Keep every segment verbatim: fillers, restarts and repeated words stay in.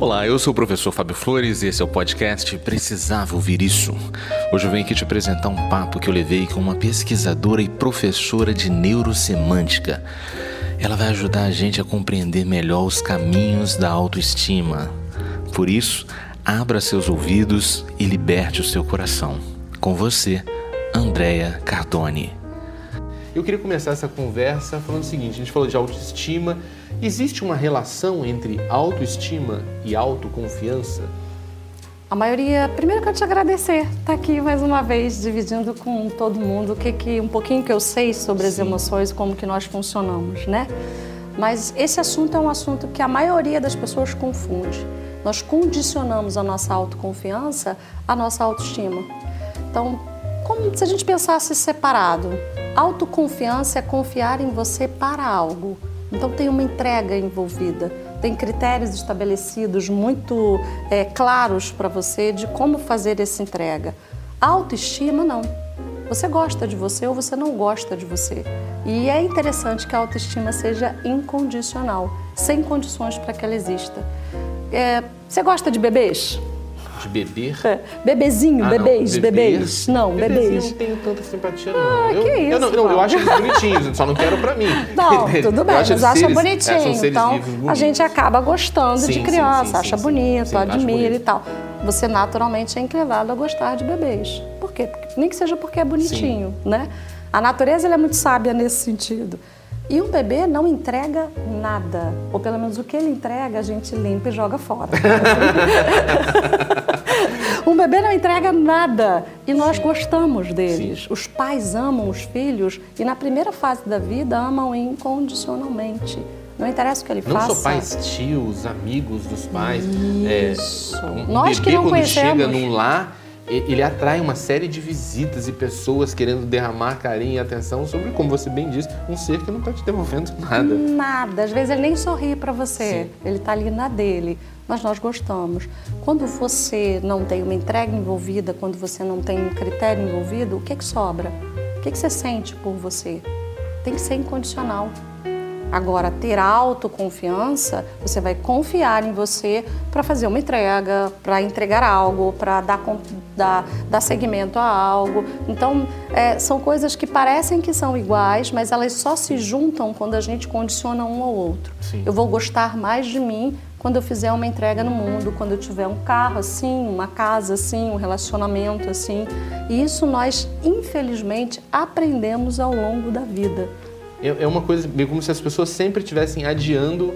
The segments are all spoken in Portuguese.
Olá, eu sou o professor Fábio Flores e esse é o podcast Precisava Ouvir Isso. Hoje eu venho aqui te apresentar um papo que eu levei com uma pesquisadora e professora de neurosemântica. Ela vai ajudar a gente a compreender melhor os caminhos da autoestima. Por isso, abra seus ouvidos e liberte o seu coração. Com você, Andréa Cardone. Eu queria começar essa conversa falando o seguinte, a gente falou de autoestima. Existe uma relação entre autoestima e autoconfiança? A maioria, primeiro eu quero te agradecer, estar aqui mais uma vez dividindo com todo mundo o que, que um pouquinho que eu sei sobre as Sim. emoções, como que nós funcionamos, né? Mas esse assunto é um assunto que a maioria das pessoas confunde. Nós condicionamos a nossa autoconfiança à nossa autoestima. Então, como se a gente pensasse separado, autoconfiança é confiar em você para algo. Então tem uma entrega envolvida, tem critérios estabelecidos muito é, claros para você de como fazer essa entrega. Autoestima, não. Você gosta de você ou você não gosta de você. E é interessante que a autoestima seja incondicional, sem condições para que ela exista. É, você gosta de bebês? De beber? É. Bebezinho, ah, bebês, não. bebês. Não, Bebezinho bebês. Não tenho tanta simpatia, não. Ah, eu, que isso, eu, não, não, eu acho eles bonitinhos, só não quero pra mim. Não, tudo bem, acho mas acha seres, bonitinho. É, então, a gente acaba gostando sim, de criança, sim, sim, acha sim, bonito, sim, admira bonito. e tal. Você naturalmente é inclinado a gostar de bebês. Por quê? Porque, nem que seja porque é bonitinho, sim. né? A natureza ela é muito sábia nesse sentido. E um bebê não entrega nada. Ou pelo menos o que ele entrega, a gente limpa e joga fora. Um bebê não entrega nada. E nós Sim. gostamos deles. Sim. Os pais amam os filhos e na primeira fase da vida amam incondicionalmente. Não interessa o que ele não faça. Não só pais, tios, amigos dos pais. Isso. É, um nós bebê, que não quando conhecemos. chega num lar, ele atrai uma série de visitas e pessoas querendo derramar carinho e atenção sobre, como você bem disse, um ser que não está te devolvendo nada. Nada. Às vezes ele nem sorri para você. Sim. Ele está ali na dele. Mas nós gostamos. Quando você não tem uma entrega envolvida, quando você não tem um critério envolvido, o que que sobra? O que que você sente por você? Tem que ser incondicional. Agora, ter autoconfiança, você vai confiar em você para fazer uma entrega, para entregar algo, para dar, dar, dar seguimento a algo. Então, é, são coisas que parecem que são iguais, mas elas só se juntam quando a gente condiciona um ao outro. Sim. Eu vou gostar mais de mim quando eu fizer uma entrega no mundo, quando eu tiver um carro assim, uma casa assim, um relacionamento assim. E isso nós, infelizmente, aprendemos ao longo da vida. É uma coisa meio como se as pessoas sempre estivessem adiando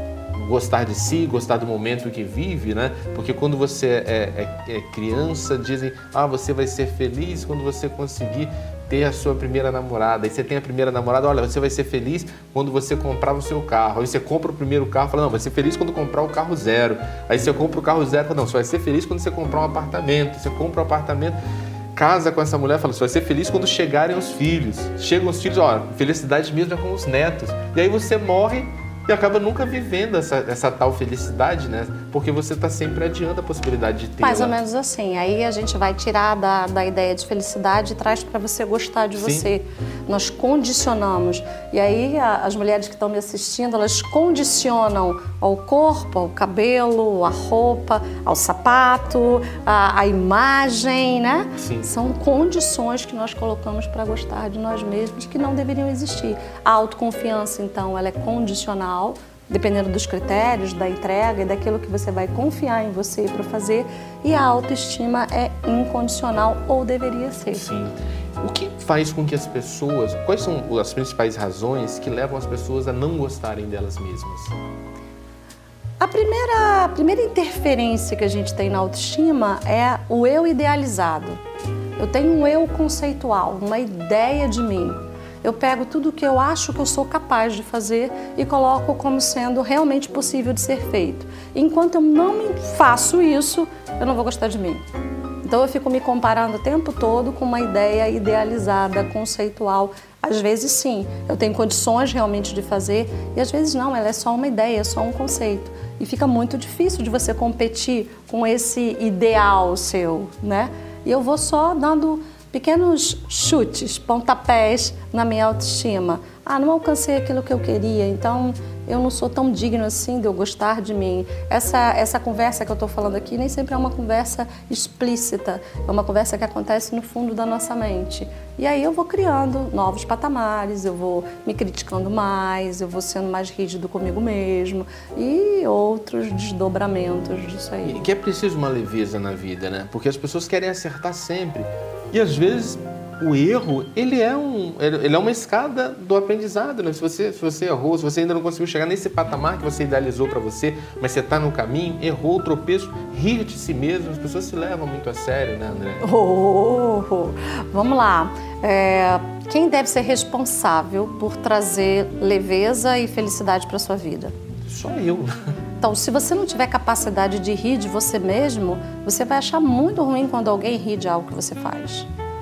gostar de si, gostar do momento que vive, né? Porque quando você é, é, é criança, dizem, ah, você vai ser feliz quando você conseguir ter a sua primeira namorada. Aí você tem a primeira namorada, olha, você vai ser feliz quando você comprar o seu carro. Aí você compra o primeiro carro, fala, não, vai ser feliz quando comprar o carro zero. Aí você compra o carro zero, fala, não, você vai ser feliz quando você comprar um apartamento. Você compra um apartamento, casa com essa mulher, fala, você vai ser feliz quando chegarem os filhos. Chegam os filhos, ó, felicidade mesmo é com os netos. E aí você morre e acaba nunca vivendo essa, essa tal felicidade, né? Porque você está sempre adiando a possibilidade de ter. Mais ou menos assim. Aí a gente vai tirar da, da ideia de felicidade e traz para você gostar de Sim. você. Nós condicionamos. E aí a, as mulheres que estão me assistindo, elas condicionam ao corpo, ao cabelo, à roupa, ao sapato, à, à imagem, né? Sim. São condições que nós colocamos para gostar de nós mesmos que não deveriam existir. A autoconfiança, então, ela é condicional, dependendo dos critérios, da entrega e daquilo que você vai confiar em você para fazer. E a autoestima é incondicional, ou deveria ser. Sim. O que faz com que as pessoas... Quais são as principais razões que levam as pessoas a não gostarem delas mesmas? A primeira, a primeira interferência que a gente tem na autoestima é o eu idealizado. Eu tenho um eu conceitual, uma ideia de mim. Eu pego tudo o que eu acho que eu sou capaz de fazer e coloco como sendo realmente possível de ser feito. Enquanto eu não me faço isso, eu não vou gostar de mim. Então eu fico me comparando o tempo todo com uma ideia idealizada, conceitual. Às vezes sim, eu tenho condições realmente de fazer e às vezes não, ela é só uma ideia, é só um conceito. E fica muito difícil de você competir com esse ideal seu, né? E eu vou só dando pequenos chutes, pontapés na minha autoestima. Ah, não alcancei aquilo que eu queria, então eu não sou tão digno assim de eu gostar de mim. Essa, essa conversa que eu estou falando aqui nem sempre é uma conversa explícita, é uma conversa que acontece no fundo da nossa mente. E aí eu vou criando novos patamares, eu vou me criticando mais, eu vou sendo mais rígido comigo mesmo e outros desdobramentos disso aí. E que é preciso uma leveza na vida, né? Porque as pessoas querem acertar sempre. E às vezes o erro, ele é, um, ele é uma escada do aprendizado, né? Se você, se você errou, se você ainda não conseguiu chegar nesse patamar que você idealizou para você, mas você está no caminho, errou, tropeço, rir de si mesmo, as pessoas se levam muito a sério, né, André? Oh, oh, oh. Vamos lá. É, quem deve ser responsável por trazer leveza e felicidade para sua vida? Só eu. Então, se você não tiver capacidade de rir de você mesmo, você vai achar muito ruim quando alguém ri de algo que você faz.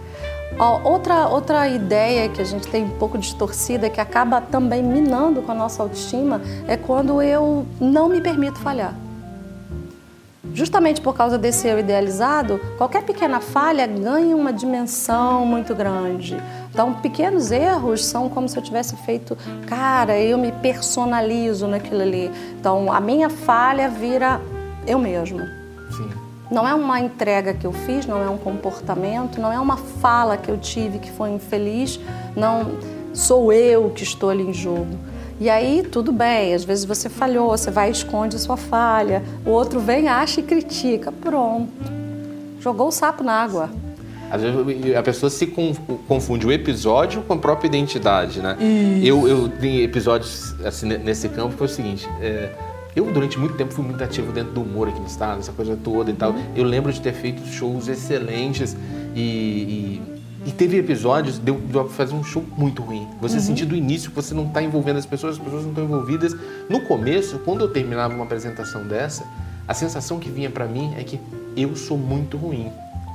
Ó, outra, outra ideia que a gente tem um pouco distorcida, que acaba também minando com a nossa autoestima, é quando eu não me permito falhar. Justamente por causa desse eu idealizado, qualquer pequena falha ganha uma dimensão muito grande. Então, pequenos erros são como se eu tivesse feito, cara, eu me personalizo naquilo ali. Então, a minha falha vira eu mesmo. Sim. Não é uma entrega que eu fiz, não é um comportamento, não é uma fala que eu tive que foi infeliz, não sou eu que estou ali em jogo. E aí, tudo bem, às vezes você falhou, você vai e esconde a sua falha, o outro vem, acha e critica, pronto, jogou o sapo na água. Às vezes a pessoa se confunde o episódio com a própria identidade, né? Eu, eu tenho episódios assim, nesse campo, foi o seguinte... É... Eu, durante muito tempo, fui muito ativo dentro do humor aqui no estado, essa coisa toda e tal. Eu lembro de ter feito shows excelentes e, e, e teve episódios de eu fazer um show muito ruim. Você uhum. sentir do início que você não está envolvendo as pessoas, as pessoas não estão envolvidas. No começo, quando eu terminava uma apresentação dessa, a sensação que vinha para mim é que eu sou muito ruim.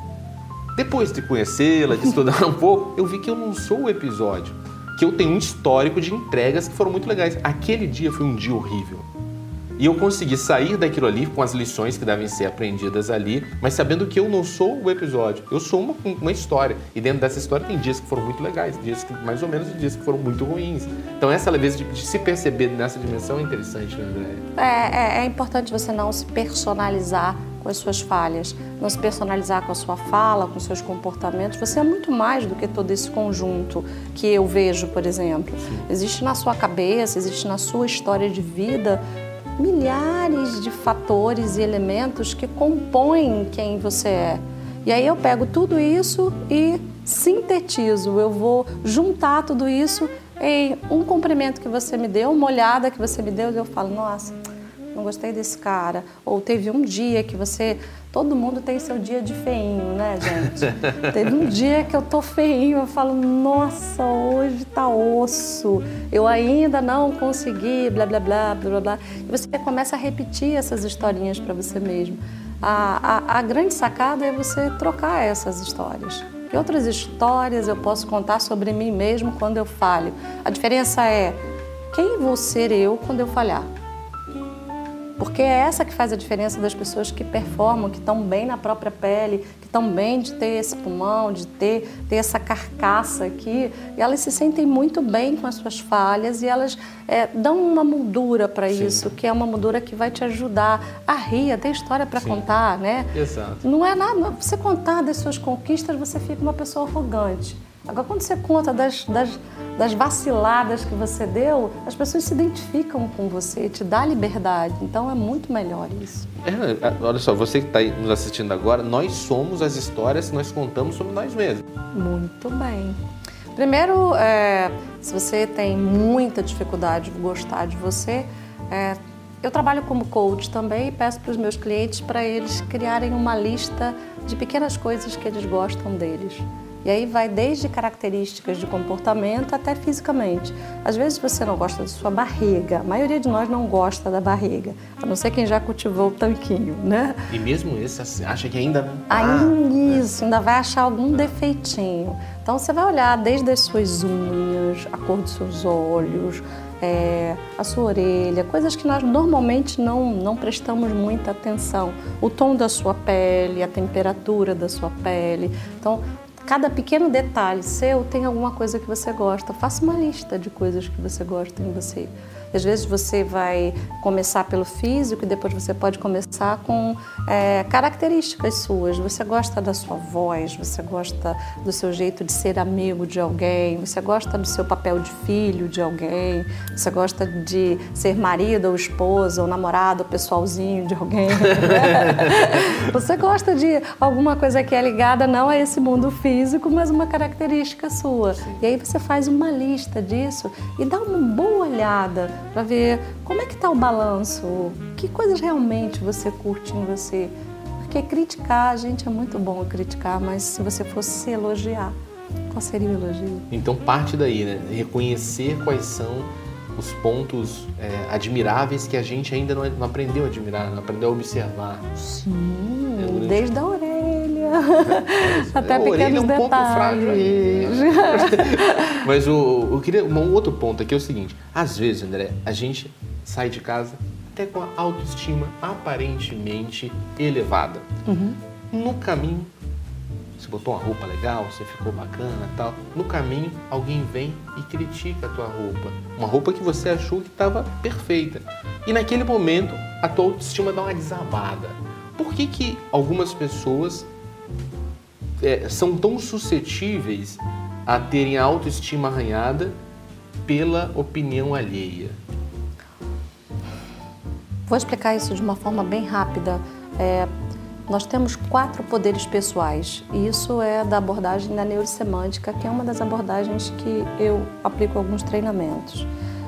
Depois de conhecê-la, de estudar um pouco, eu vi que eu não sou o episódio. Que eu tenho um histórico de entregas que foram muito legais. Aquele dia foi um dia horrível. E eu consegui sair daquilo ali com as lições que devem ser aprendidas ali, mas sabendo que eu não sou o episódio, eu sou uma, uma história. E dentro dessa história tem dias que foram muito legais, dias que mais ou menos e dias que foram muito ruins. Então essa leveza de, de se perceber nessa dimensão é interessante, né, André? É, é, é importante você não se personalizar com as suas falhas, não se personalizar com a sua fala, com os seus comportamentos. Você é muito mais do que todo esse conjunto que eu vejo, por exemplo. Sim. Existe na sua cabeça, existe na sua história de vida milhares de fatores e elementos que compõem quem você é. E aí eu pego tudo isso e sintetizo, eu vou juntar tudo isso em um cumprimento que você me deu, uma olhada que você me deu, e eu falo, nossa, não gostei desse cara. Ou teve um dia que você... Todo mundo tem seu dia de feinho, né, gente? Teve um dia que eu tô feinho, eu falo, nossa, hoje tá osso. Eu ainda não consegui, blá, blá, blá, blá, blá. E você começa a repetir essas historinhas para você mesmo. A, a, a grande sacada é você trocar essas histórias. Que outras histórias eu posso contar sobre mim mesmo quando eu falho? A diferença é, quem vou ser eu quando eu falhar? Porque é essa que faz a diferença das pessoas que performam, que estão bem na própria pele, que estão bem de ter esse pulmão, de ter, ter essa carcaça aqui. E elas se sentem muito bem com as suas falhas e elas é, dão uma moldura para isso, que é uma moldura que vai te ajudar a rir, a ter história para contar, né? Exato. Não é nada, você contar das suas conquistas, você fica uma pessoa arrogante. Agora, quando você conta das, das, das vaciladas que você deu, as pessoas se identificam com você, te dá liberdade. Então, é muito melhor isso. É, olha só, você que está nos assistindo agora, nós somos as histórias que nós contamos sobre nós mesmos. Muito bem. Primeiro, é, se você tem muita dificuldade de gostar de você, é, eu trabalho como coach também e peço para os meus clientes para eles criarem uma lista de pequenas coisas que eles gostam deles. E aí vai desde características de comportamento até fisicamente. Às vezes você não gosta da sua barriga, a maioria de nós não gosta da barriga, a não ser quem já cultivou o tanquinho, né? E mesmo esse, acha que ainda... Ainda isso, ainda vai achar algum defeitinho. Então você vai olhar desde as suas unhas, a cor dos seus olhos, é, a sua orelha, coisas que nós normalmente não, não prestamos muita atenção. O tom da sua pele, a temperatura da sua pele. Então, cada pequeno detalhe seu tem alguma coisa que você gosta. Faça uma lista de coisas que você gosta em você. Às vezes você vai começar pelo físico e depois você pode começar com é, características suas. Você gosta da sua voz, você gosta do seu jeito de ser amigo de alguém, você gosta do seu papel de filho de alguém, você gosta de ser marido ou esposa ou namorado ou pessoalzinho de alguém. Você gosta de alguma coisa que é ligada não a esse mundo físico, mas uma característica sua. Sim. E aí você faz uma lista disso e dá uma boa olhada para ver como é que está o balanço, que coisas realmente você curte em você. Porque criticar, a gente é muito bom criticar, mas se você fosse se elogiar, qual seria o elogio? Então parte daí, né? Reconhecer quais são os pontos é, admiráveis que a gente ainda não, não aprendeu a admirar, não aprendeu a observar. Sim, é durante... desde a orelha. É, até a pequenos orelha é um detalhes. Ponto frágil. Mas o, eu queria um outro ponto aqui é o seguinte: às vezes, André, a gente sai de casa até com a autoestima aparentemente elevada. Uhum. No caminho, você botou uma roupa legal, você ficou bacana e tal. No caminho, alguém vem e critica a tua roupa. Uma roupa que você achou que estava perfeita. E naquele momento, a tua autoestima dá uma desabada. Por que que algumas pessoas é, são tão suscetíveis a terem a autoestima arranhada pela opinião alheia? Vou explicar isso de uma forma bem rápida. É, nós temos quatro poderes pessoais e isso é da abordagem da neurosemântica, que é uma das abordagens que eu aplico em alguns treinamentos.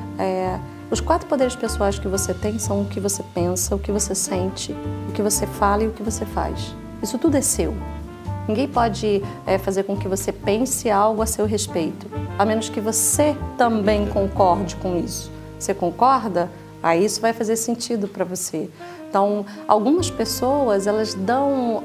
É, os quatro poderes pessoais que você tem são o que você pensa, o que você sente, o que você fala e o que você faz. Isso tudo é seu. Ninguém pode é, fazer com que você pense algo a seu respeito, a menos que você também concorde com isso. Você concorda? Aí isso vai fazer sentido para você. Então, algumas pessoas, elas dão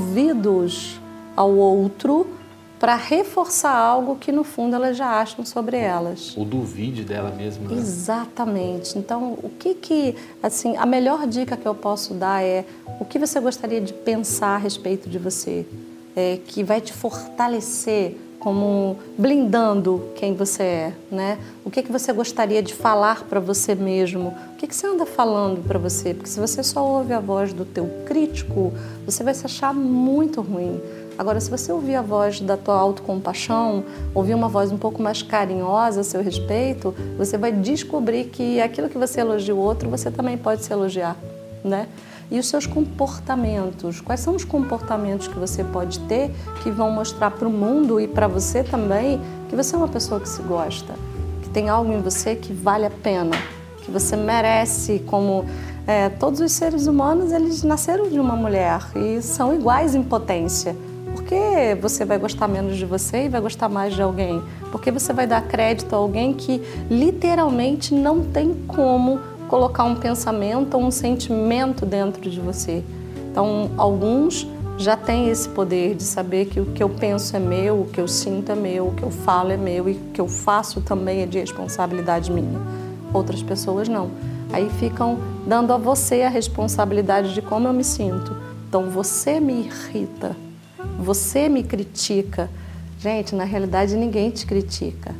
ouvidos ao outro para reforçar algo que, no fundo, elas já acham sobre elas. O duvide dela mesma. Né? Exatamente. Então, o que que, assim, a melhor dica que eu posso dar é o que você gostaria de pensar a respeito de você, é, que vai te fortalecer como blindando quem você é, né? O que que você gostaria de falar para você mesmo? O que que você anda falando para você? Porque se você só ouve a voz do teu crítico, você vai se achar muito ruim. Agora, se você ouvir a voz da tua autocompaixão, ouvir uma voz um pouco mais carinhosa a seu respeito, você vai descobrir que aquilo que você elogia o outro, você também pode se elogiar, né? E os seus comportamentos, quais são os comportamentos que você pode ter que vão mostrar para o mundo e para você também que você é uma pessoa que se gosta, que tem algo em você que vale a pena, que você merece, como é, todos os seres humanos, eles nasceram de uma mulher e são iguais em potência. Por que você vai gostar menos de você e vai gostar mais de alguém? Porque você vai dar crédito a alguém que literalmente não tem como colocar um pensamento ou um sentimento dentro de você. Então, alguns já têm esse poder de saber que o que eu penso é meu, o que eu sinto é meu, o que eu falo é meu e o que eu faço também é de responsabilidade minha. Outras pessoas não. Aí ficam dando a você a responsabilidade de como eu me sinto. Então, você me irrita, você me critica. Gente, na realidade, ninguém te critica.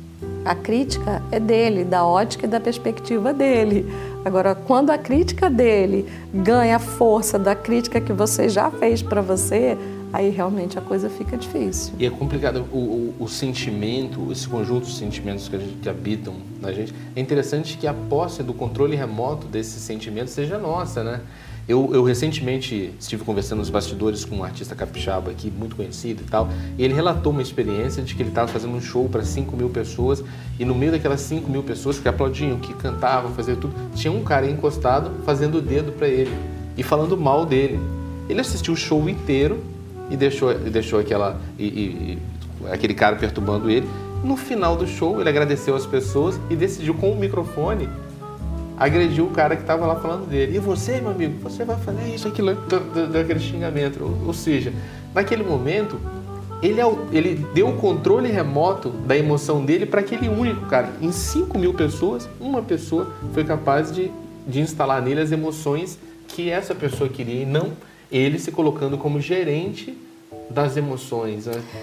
A crítica é dele, da ótica e da perspectiva dele. Agora, quando a crítica dele ganha força da crítica que você já fez para você, aí realmente a coisa fica difícil. E é complicado. O, o, o sentimento, esse conjunto de sentimentos que, a gente, que habitam na gente, é interessante que a posse do controle remoto desses sentimentos seja nossa, né? Eu, eu recentemente estive conversando nos bastidores com um artista capixaba aqui, muito conhecido e tal, e ele relatou uma experiência de que ele estava fazendo um show para cinco mil pessoas e no meio daquelas cinco mil pessoas que aplaudiam, que cantavam, faziam tudo, tinha um cara encostado fazendo o dedo para ele e falando mal dele. Ele assistiu o show inteiro e deixou, e deixou aquela, e, e, e, aquele cara perturbando ele. No final do show, ele agradeceu as pessoas e decidiu com o microfone agrediu o cara que estava lá falando dele. E você, meu amigo, você vai fazer isso, aquilo, daquele xingamento. Ou, ou seja, naquele momento, ele, ele deu o controle remoto da emoção dele para aquele único cara. Em cinco mil pessoas, uma pessoa foi capaz de, de instalar nele as emoções que essa pessoa queria e não ele se colocando como gerente das emoções, né?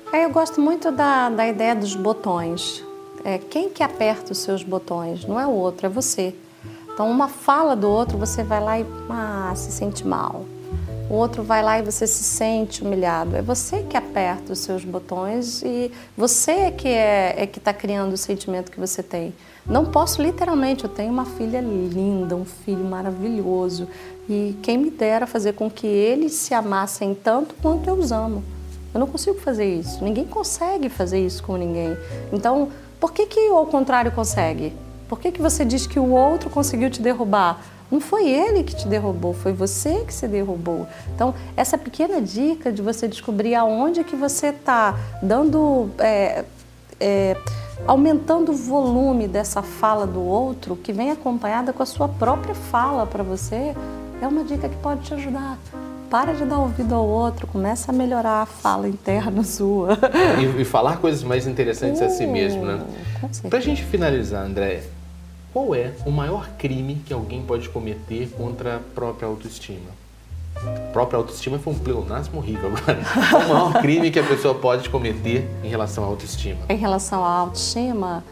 É, eu gosto muito da, da ideia dos botões. É, quem que aperta os seus botões? Não é o outro, é você. Então, uma fala do outro, você vai lá e ah, se sente mal. O outro vai lá e você se sente humilhado. É você que aperta os seus botões e você é que é, é que está criando o sentimento que você tem. Não posso, literalmente, eu tenho uma filha linda, um filho maravilhoso. E quem me dera fazer com que eles se amassem tanto quanto eu os amo. Eu não consigo fazer isso. Ninguém consegue fazer isso com ninguém. Então, por que que ao contrário consegue? Por que que você diz que o outro conseguiu te derrubar? Não foi ele que te derrubou, foi você que se derrubou. Então, essa pequena dica de você descobrir aonde que você está dando, é, é, aumentando o volume dessa fala do outro, que vem acompanhada com a sua própria fala para você, é uma dica que pode te ajudar. Para de dar ouvido ao outro, começa a melhorar a fala interna sua. E, e falar coisas mais interessantes uh, a si mesmo, né? Para a gente finalizar, Andréia, qual é o maior crime que alguém pode cometer contra a própria autoestima? A própria autoestima foi um pleonasmo horrível agora. Qual é o maior crime que a pessoa pode cometer em relação à autoestima? Em relação à autoestima,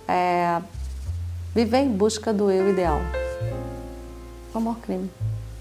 é viver em busca do eu ideal. É o maior crime.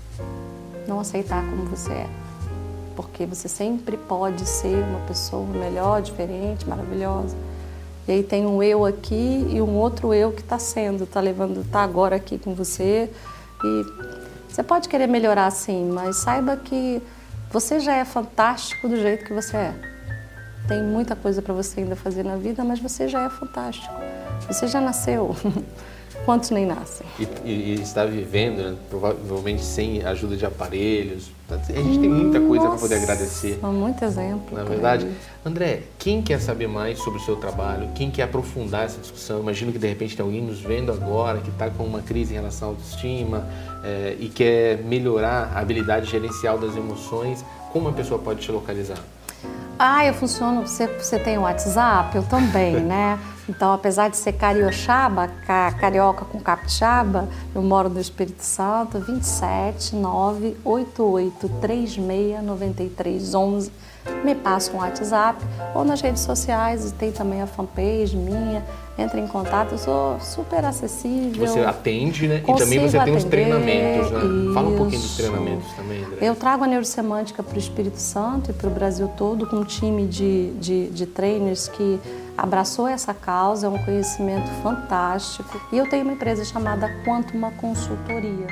Não aceitar como você é. Porque você sempre pode ser uma pessoa melhor, diferente, maravilhosa. E aí tem um eu aqui e um outro eu que está sendo, está levando, está agora aqui com você. E você pode querer melhorar sim, mas saiba que você já é fantástico do jeito que você é. Tem muita coisa para você ainda fazer na vida, mas você já é fantástico. Você já nasceu. Quantos nem nascem? E, e, e está vivendo, né? Provavelmente sem ajuda de aparelhos. A gente tem muita coisa para poder agradecer. Há muito exemplo. Na verdade. André, quem quer saber mais sobre o seu trabalho? Quem quer aprofundar essa discussão? Imagino que de repente tem alguém nos vendo agora que está com uma crise em relação à autoestima é, e quer melhorar a habilidade gerencial das emoções. Como a pessoa pode te localizar? Ah, eu funciono, você, você tem o WhatsApp? Eu também, né? Então, apesar de ser carioxaba, carioca com capixaba, eu moro no Espírito Santo, vinte e sete, nove oito oito três seis nove três um um. Me passa um WhatsApp ou nas redes sociais, tem também a fanpage minha, entre em contato, eu sou super acessível. Você atende, né? E também você tem os treinamentos, né? Isso. Fala um pouquinho dos treinamentos também, André. Eu trago a neurosemântica para o Espírito Santo e para o Brasil todo com um time de, de, de trainers que abraçou essa causa, é um conhecimento fantástico. E eu tenho uma empresa chamada Quantuma Consultoria.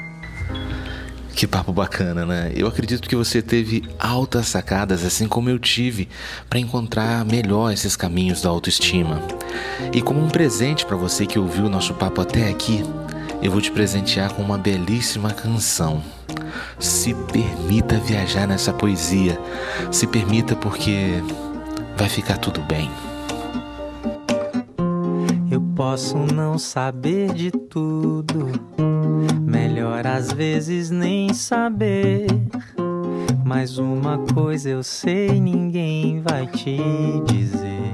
Que papo bacana, né? Eu acredito que você teve altas sacadas, assim como eu tive, para encontrar melhor esses caminhos da autoestima. E como um presente para você que ouviu o nosso papo até aqui, eu vou te presentear com uma belíssima canção. Se permita viajar nessa poesia. Se permita, porque vai ficar tudo bem. Eu posso não saber de tudo, melhor às vezes nem saber. Mas uma coisa eu sei, ninguém vai te dizer.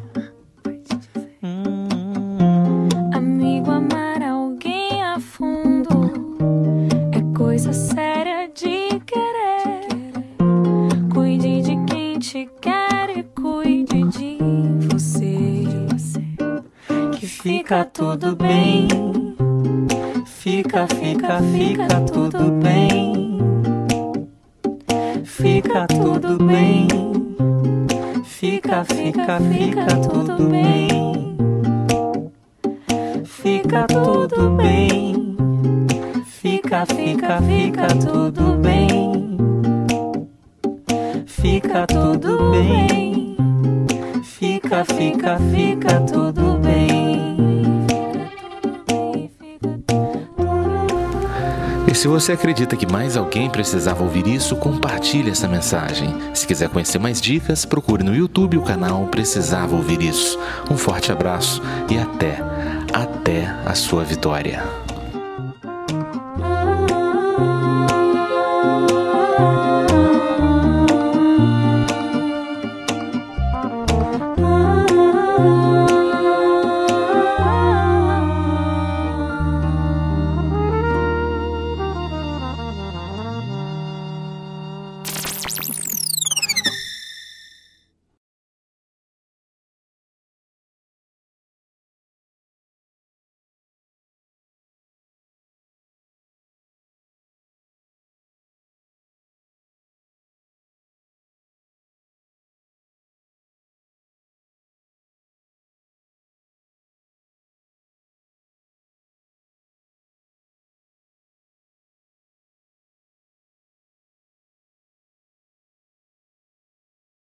Hum. Amigo, amar alguém a fundo é coisa séria de querer. Cuide de quem te quer e cuide de você. Que fica tudo bem. Fica, fica, fica tudo bem. Fica tudo bem. Fica, fica, fica tudo bem. Fica tudo bem. Fica, fica, fica tudo bem. Fica tudo bem. Fica, fica, fica tudo bem. E se você acredita que mais alguém precisava ouvir isso, compartilhe essa mensagem. Se quiser conhecer mais dicas, procure no YouTube o canal Precisava Ouvir Isso. Um forte abraço e até, até a sua vitória.